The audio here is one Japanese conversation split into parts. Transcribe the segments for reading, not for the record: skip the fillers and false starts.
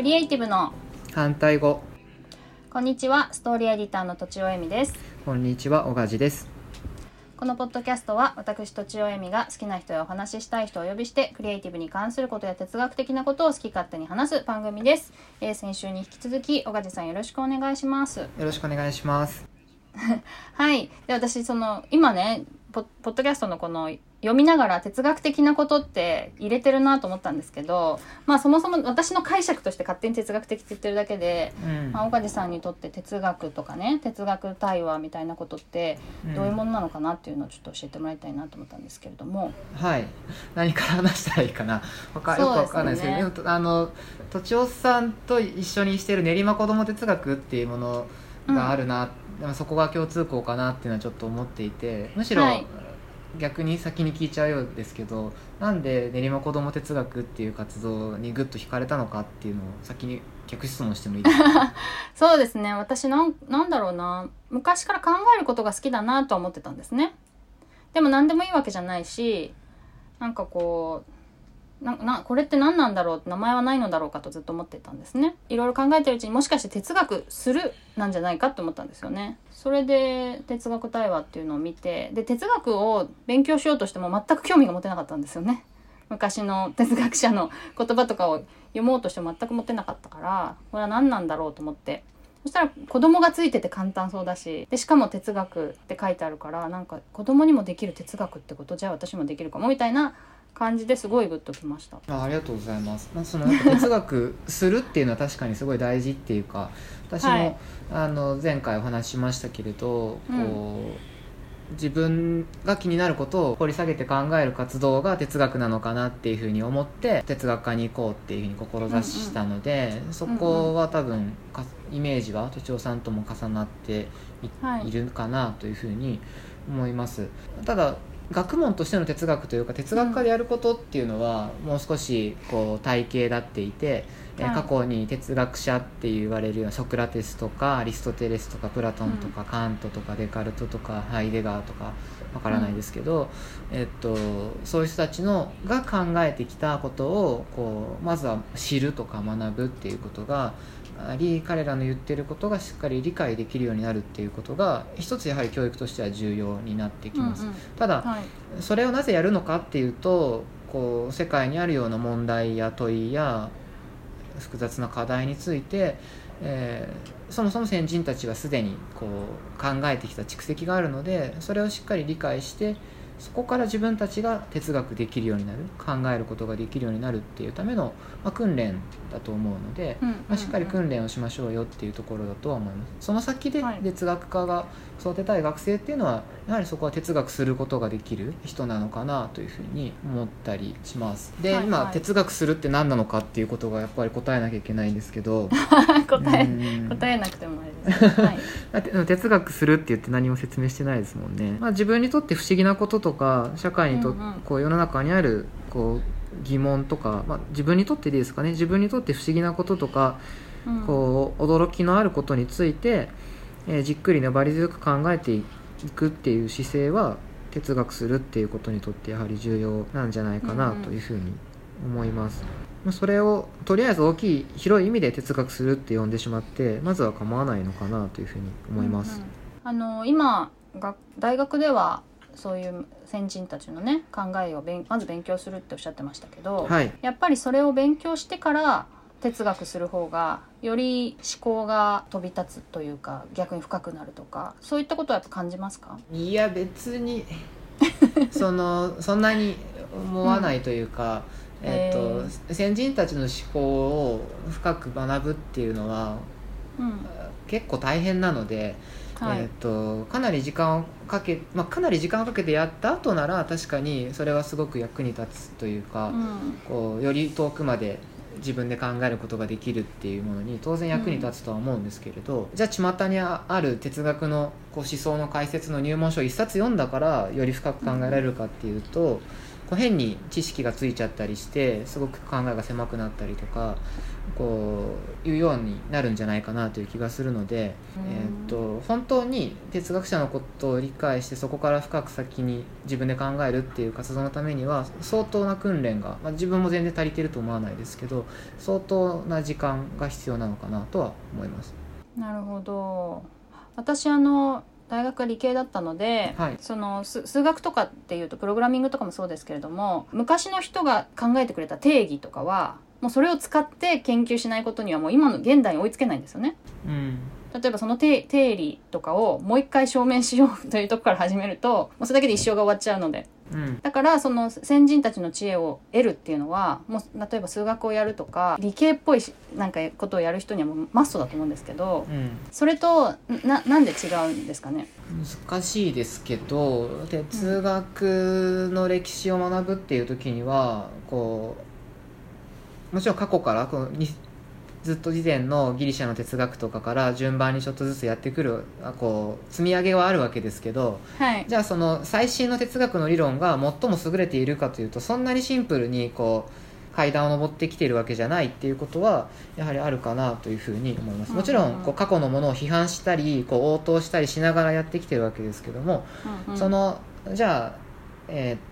リエイティブの反対語。 こんにちは、ストーリーエディターのとちおえみです。 こんにちは、おがじです。 このポッドキャストは私とちおえみが好きな人やお話ししたい人をお呼びしてクリエイティブに関することや哲学的なことを好き勝手に話す番組です。先週に引き続きおがじさんよろしくお願いします。 よろしくお願いします。 はい。で、私今ねポッドキャストのこの読みながら哲学的なことって入れてるなと思ったんですけど、そもそも私の解釈として勝手に哲学的って言ってるだけで、岡地さんにとって哲学とかね、哲学対話みたいなことってどういうものなのかなっていうのをちょっと教えてもらいたいなと思ったんですけれども。 はい。何から話したらいいかな。よくわかんないですけど、とちおさんと一緒にしている練馬子ども哲学っていうものがあるな、でもそこが共通項かなっていうのはちょっと思っていて、むしろ、逆に先に聞いちゃうようですけど、なんで練馬子ども哲学っていう活動にグッと惹かれたのかっていうのを先に逆質問してもいいですか？ そうですね、私なんだろうな、昔から考えることが好きだなとは思ってたんですね。でも何でもいいわけじゃないし、なんかこうこれって何なんだろうって、名前はないのだろうかとずっと思ってたんですね。いろいろ考えてるうちにもしかして哲学するなんじゃないかって思ったんですよね。それで哲学対話っていうのを見て、で哲学を勉強しようとしても全く興味が持てなかったんですよね。昔の哲学者の言葉とかを読もうとしても全く持てなかったから、これは何なんだろうと思って、そしたら子供がついてて簡単そうだし、でしかも哲学って書いてあるから、なんか子供にもできる哲学ってこと、じゃあ私もできるかもみたいな感じですごいグッときました。 ありがとうございます。その哲学するっていうのは確かにすごい大事っていうか、私も、前回お話ししましたけれど、自分が気になることを掘り下げて考える活動が哲学なのかなっていうふうに思って哲学科に行こうっていうふうに志したので、そこは多分イメージはとちおさんとも重なって いるかなというふうに思います。ただ学問としての哲学というか、哲学科でやることっていうのはもう少し体系立っていて、過去に哲学者って言われるようなソクラテスとかアリストテレスとかプラトンとか、カントとかデカルトとかハイデガーとかわからないですけど、そういう人たちが考えてきたことをまずは知るとか学ぶっていうことがあり、彼らの言ってることがしっかり理解できるようになるっていうことが一つやはり教育としては重要になってきます。ただ、それをなぜやるのかっていうと、世界にあるような問題や問いや複雑な課題について、そもそも先人たちはすでに考えてきた蓄積があるので、それをしっかり理解してそこから自分たちが哲学できるようになる、考えることができるようになるっていうための、訓練だと思うので、しっかり訓練をしましょうよっていうところだとは思います。その先で哲学科が育てたい学生っていうのはやはりそこは哲学することができる人なのかなというふうに思ったりします。で、今哲学するって何なのかっていうことがやっぱり答えなきゃいけないんですけど答えなくてもあれです、 だって哲学するって言って何も説明してないですもんね。自分にとって不思議なこととか、社会にとって、世の中にある疑問とか、自分にとってでいいですかね、自分にとって不思議なこととか、驚きのあることについて、じっくり粘り強く考えていくっていう姿勢は哲学するっていうことにとってやはり重要なんじゃないかなというふうに思います。それをとりあえず大きい広い意味で哲学するって呼んでしまってまずは構わないのかなというふうに思います。 今大学ではそういう先人たちのね考えをまず勉強するっておっしゃってましたけど、やっぱりそれを勉強してから哲学する方がより思考が飛び立つというか、逆に深くなるとか、そういったことはやっぱ感じますか？ いや別にそんなに思わないというか、先人たちの思考を深く学ぶっていうのは、結構大変なので、かなり時間をかけてやった後なら確かにそれはすごく役に立つというか、より遠くまで自分で考えることができるっていうものに当然役に立つとは思うんですけれど、じゃあ巷にある哲学の思想の解説の入門書を一冊読んだからより深く考えられるかっていうと、 こう変に知識がついちゃったりしてすごく考えが狭くなったりとかこういうようになるんじゃないかなという気がするので、本当に哲学者のことを理解してそこから深く先に自分で考えるっていう活動のためには相当な訓練が、自分も全然足りてると思わないですけど相当な時間が必要なのかなとは思います。 なるほど。私大学は理系だったので、 はい、 その数学とかっていうとプログラミングとかもそうですけれども、昔の人が考えてくれた定義とかはもうそれを使って研究しないことにはもう今の現代に追いつけないんですよね。例えばその定理とかをもう一回証明しようというところから始めるともうそれだけで一生が終わっちゃうので、だからその先人たちの知恵を得るっていうのはもう例えば数学をやるとか理系っぽいなんかことをやる人にはもうマストだと思うんですけど、それとなんで違うんですかね。 難しいですけど哲学の歴史を学ぶっていう時にはこうもちろん過去からずっと以前のギリシャの哲学とかから順番にちょっとずつやってくるこう積み上げはあるわけですけど、じゃあその最新の哲学の理論が最も優れているかというとそんなにシンプルにこう階段を上ってきているわけじゃないっていうことはやはりあるかなというふうに思います。もちろんこう過去のものを批判したりこう応答したりしながらやってきてるわけですけども、そのじゃあ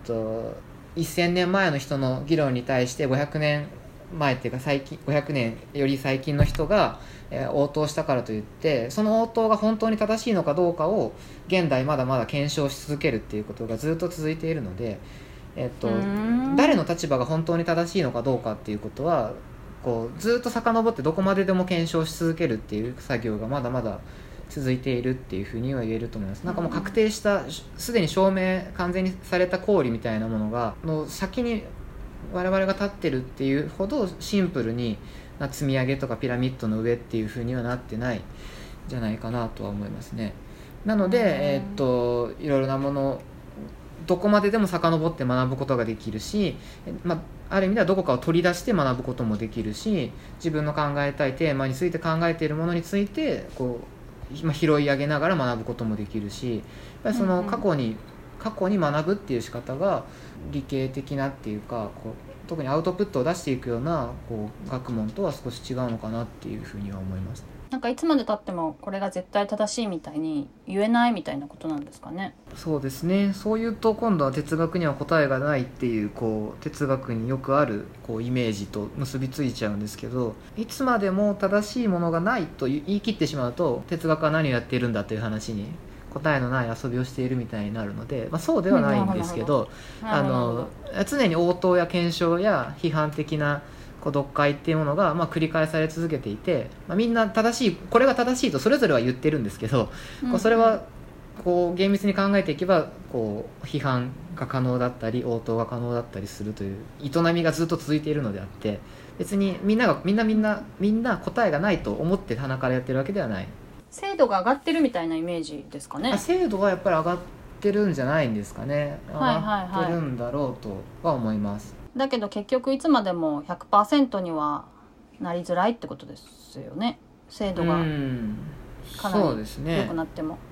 1000年前の人の議論に対して500年前っていうか最近500年より最近の人が、応答したからといってその応答が本当に正しいのかどうかを現代まだまだ検証し続けるっていうことがずっと続いているので、誰の立場が本当に正しいのかどうかっていうことはこうずっと遡ってどこまででも検証し続けるっていう作業がまだまだ続いているっていうふうには言えると思います。なんかもう確定したすでに証明完全にされた公理みたいなものがの先に我々が立ってるっていうほどシンプルに積み上げとかピラミッドの上っていう風にはなってないんじゃないかなとは思いますね。なので、いろいろなものどこまででも遡って学ぶことができるし、ある意味ではどこかを取り出して学ぶこともできるし自分の考えたいテーマについて考えているものについてこう、拾い上げながら学ぶこともできるしやっぱりその過去に学ぶっていう仕方が理系的なっていうかこう特にアウトプットを出していくようなこう学問とは少し違うのかなっていうふうには思います。 なんかいつまで経ってもこれが絶対正しいみたいに言えないみたいなことなんですかね。 そうですね。そういうと今度は哲学には答えがないっていうこう哲学によくあるこうイメージと結びついちゃうんですけど、いつまでも正しいものがないと言い切ってしまうと哲学は何をやっているんだという話に答えのない遊びをしているみたいになるので、そうではないんですけど、常に応答や検証や批判的な読解っていうものが繰り返され続けていて、みんな正しいこれが正しいとそれぞれは言ってるんですけど、それはこう厳密に考えていけばこう批判が可能だったり応答が可能だったりするという営みがずっと続いているのであって、別にみんな答えがないと思って鼻からやってるわけではない。 精度が上がってるみたいなイメージですかね。 精度はやっぱり上がってるんじゃないんですかね。上がってるんだろうとは思います。 だけど結局いつまでも 100% にはなりづらいってことですよね。精度がかなり良くなっても、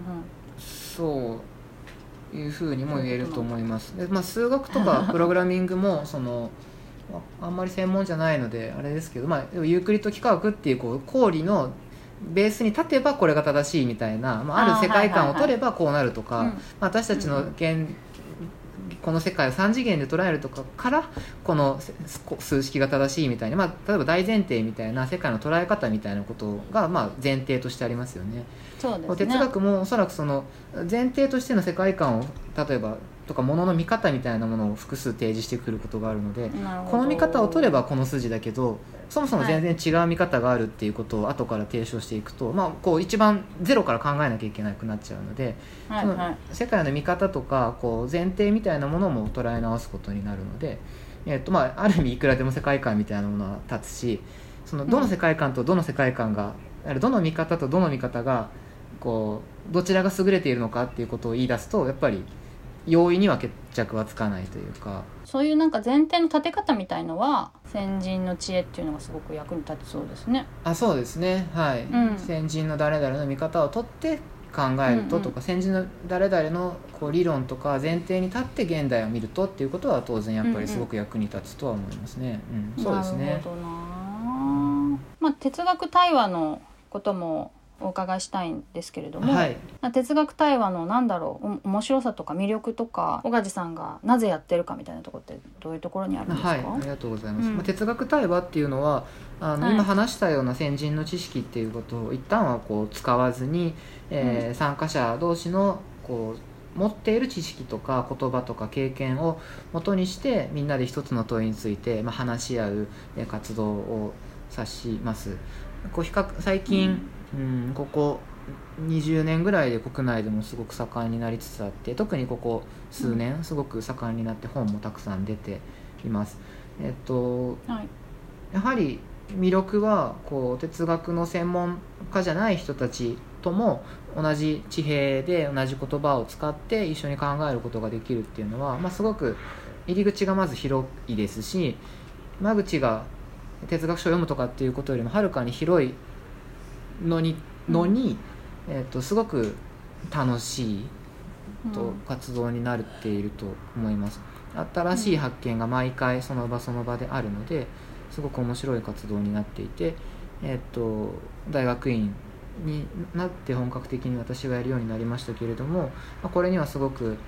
そういうふうにも言えると思います。で、数学とかプログラミングもそのあんまり専門じゃないのであれですけど、ユークリッド幾何学っていうこう公理のベースに立てばこれが正しいみたいな、ある世界観を取ればこうなるとか、私たちのこの世界を3次元で捉えるとかからこの数式が正しいみたいな、例えば大前提みたいな世界の捉え方みたいなことが前提としてありますよね。 そうですね。 哲学もおそらくその前提としての世界観を例えばとか物の見方みたいなものを複数提示してくることがあるので、この見方を取ればこの筋だけどそもそも全然違う見方があるっていうことを後から提唱していくと、こう一番ゼロから考えなきゃいけなくなっちゃうので、その世界の見方とかこう前提みたいなものも捉え直すことになるので、ある意味いくらでも世界観みたいなものは立つし、そのどの世界観とどの世界観が、どの見方とどの見方がこうどちらが優れているのかっていうことを言い出すとやっぱり容易には決着はつかないというか、 そういうなんか前提の立て方みたいのは先人の知恵っていうのがすごく役に立ちそうですね。 そうですね、はい、先人の誰々の見方を取って考えるととか、先人の誰々のこう理論とか前提に立って現代を見るとっていうことは当然やっぱりすごく役に立つとは思いますね。そうですね。 なるほどな。哲学対話のこともお伺いしたいんですけれども、はい、哲学対話の面白さとか魅力とか、小梶さんがなぜやってるかみたいなところってどういうところにあるんですか？はい、 ありがとうございます。哲学対話っていうのは今話したような先人の知識っていうことを一旦はこう使わずに、参加者同士のこう持っている知識とか言葉とか経験を元にしてみんなで一つの問いについて、話し合う活動を指します。こう最近、ここ20年ぐらいで国内でもすごく盛んになりつつあって、特にここ数年すごく盛んになって本もたくさん出ています。やはり魅力はこう哲学の専門家じゃない人たちとも同じ地平で同じ言葉を使って一緒に考えることができるっていうのは、すごく入り口がまず広いですし、間口が哲学書を読むとかっていうことよりもはるかに広いのに、すごく楽しい活動になっていると思います。新しい発見が毎回その場その場であるのですごく面白い活動になっていて、大学院になって本格的に私はやるようになりましたけれども、これにはすごく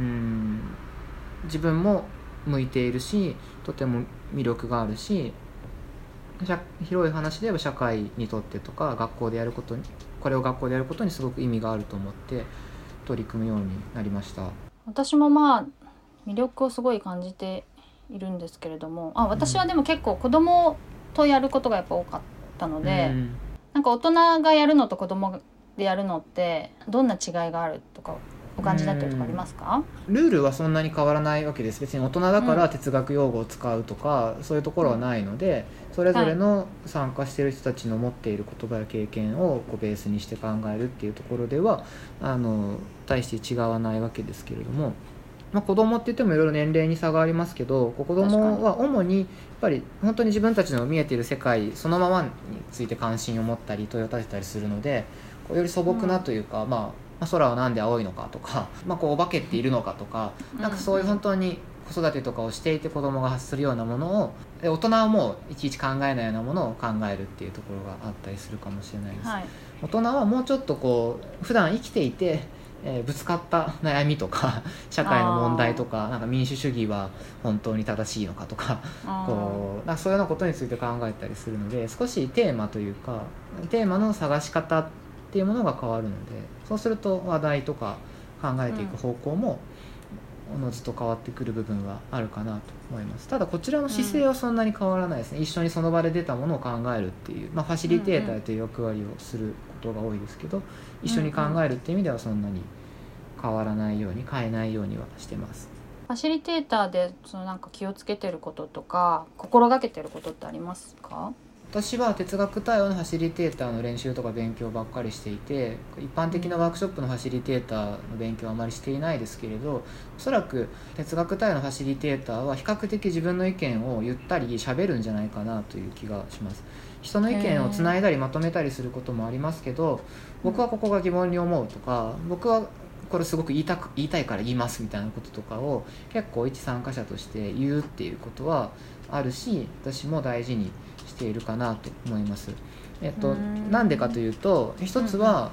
自分も向いているし、とても魅力があるし、広い話で言えば社会にとってとかこれを学校でやることにすごく意味があると思って取り組むようになりました。 私も魅力をすごい感じているんですけれども、私はでも結構子供とやることがやっぱ多かったので、大人がやるのと子供でやるのってどんな違いがあるとかお感じになってるとかありますか？ ルールはそんなに変わらないわけです。別に大人だから哲学用語を使うとか、そういうところはないので、それぞれの参加している人たちの持っている言葉や経験をこうベースにして考えるっていうところでは大して違わないわけですけれども、子供って言ってもいろいろ年齢に差がありますけど、子供は主にやっぱり本当に自分たちの見えている世界そのままについて関心を持ったり問いを立てたりするので、より素朴なというか、空はなんで青いのかとか、こうお化けっているのかとか、そういう本当に子育てとかをしていて子供が発するようなものを、大人はもういちいち考えないようなものを考えるっていうところがあったりするかもしれないです。大人はもうちょっとこう普段生きていてぶつかった悩みとか社会の問題とか、民主主義は本当に正しいのかとか、そういうようなことについて考えたりするので、少しテーマというかテーマの探し方っていうものが変わるので、そうすると話題とか考えていく方向もおのずと変わってくる部分はあるかなと思います。ただこちらの姿勢はそんなに変わらないですね。一緒にその場で出たものを考えるっていう、ファシリテーターという役割をすることが多いですけど、一緒に考えるっていう意味ではそんなに変わらないように変えないようにはしてます。 ファシリテーターで気をつけてることとか心がけてることってありますか？ 私は哲学対話のファシリテーターの練習とか勉強ばっかりしていて、一般的なワークショップのファシリテーターの勉強はあまりしていないですけれど、おそらく哲学対話のファシリテーターは比較的自分の意見を言ったり喋るんじゃないかなという気がします。人の意見をつないだりまとめたりすることもありますけど、僕はここが疑問に思うとか、僕はこれすごく言いたいから言いますみたいなこととかを結構一参加者として言うっていうことはあるし、私も大事にしているかなと思います。なんでかというと、一つは、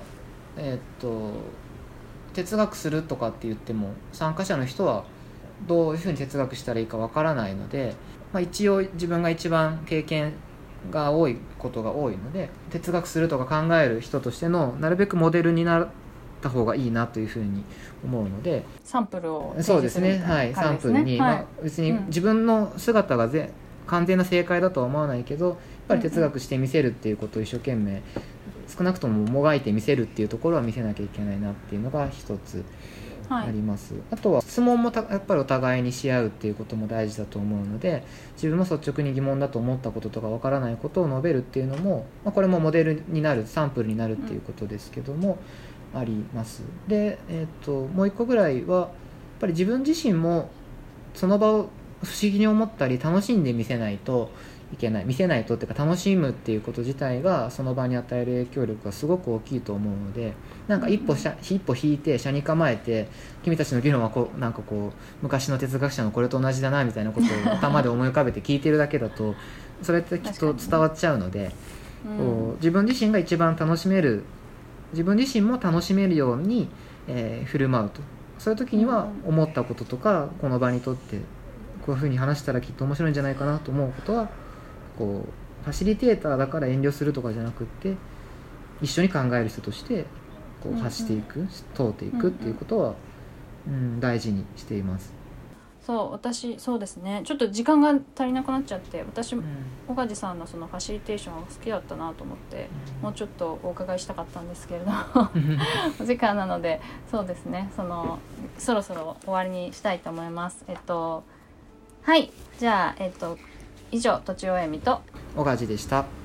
哲学するとかって言っても参加者の人はどういうふうに哲学したらいいかわからないので、一応自分が一番経験が多いことが多いので、哲学するとか考える人としてのなるべくモデルになった方がいいなというふうに思うので、 サンプルをそうですね、サンプルに、別に自分の姿が完全な正解だとは思わないけど、やっぱり哲学してみせるっていうことを一生懸命少なくとももがいてみせるっていうところは見せなきゃいけないなっていうのが一つあります。あとは質問もやっぱりお互いにし合うっていうことも大事だと思うので、自分も率直に疑問だと思ったこととかわからないことを述べるっていうのも、これもモデルになるサンプルになるっていうことですけども、あります。で、もう一個ぐらいはやっぱり自分自身もその場を不思議に思ったり楽しんでみせないといけない、見せないとっていうか楽しむっていうこと自体がその場に与える影響力がすごく大きいと思うので、なんか一歩引いて車に構えて、君たちの議論はこうなんかこう昔の哲学者のこれと同じだなみたいなことを頭で思い浮かべて聞いてるだけだとそれってきっと伝わっちゃうので、こう自分自身が一番楽しめる、自分自身も楽しめるように、振る舞うと、そういう時には思ったこととか、この場にとってこういうふうに話したらきっと面白いんじゃないかなと思うことは、こうファシリテーターだから遠慮するとかじゃなくって、一緒に考える人としてこう発していく、通っていくっていうことは、大事にしています。 私そうですね、ちょっと時間が足りなくなっちゃって、私岡地さんのそのファシリテーションが好きだったなと思って、もうちょっとお伺いしたかったんですけれどお時間なので、そうですね、そろそろ終わりにしたいと思います。はい、じゃあ以上、とちおえみと岡地でした。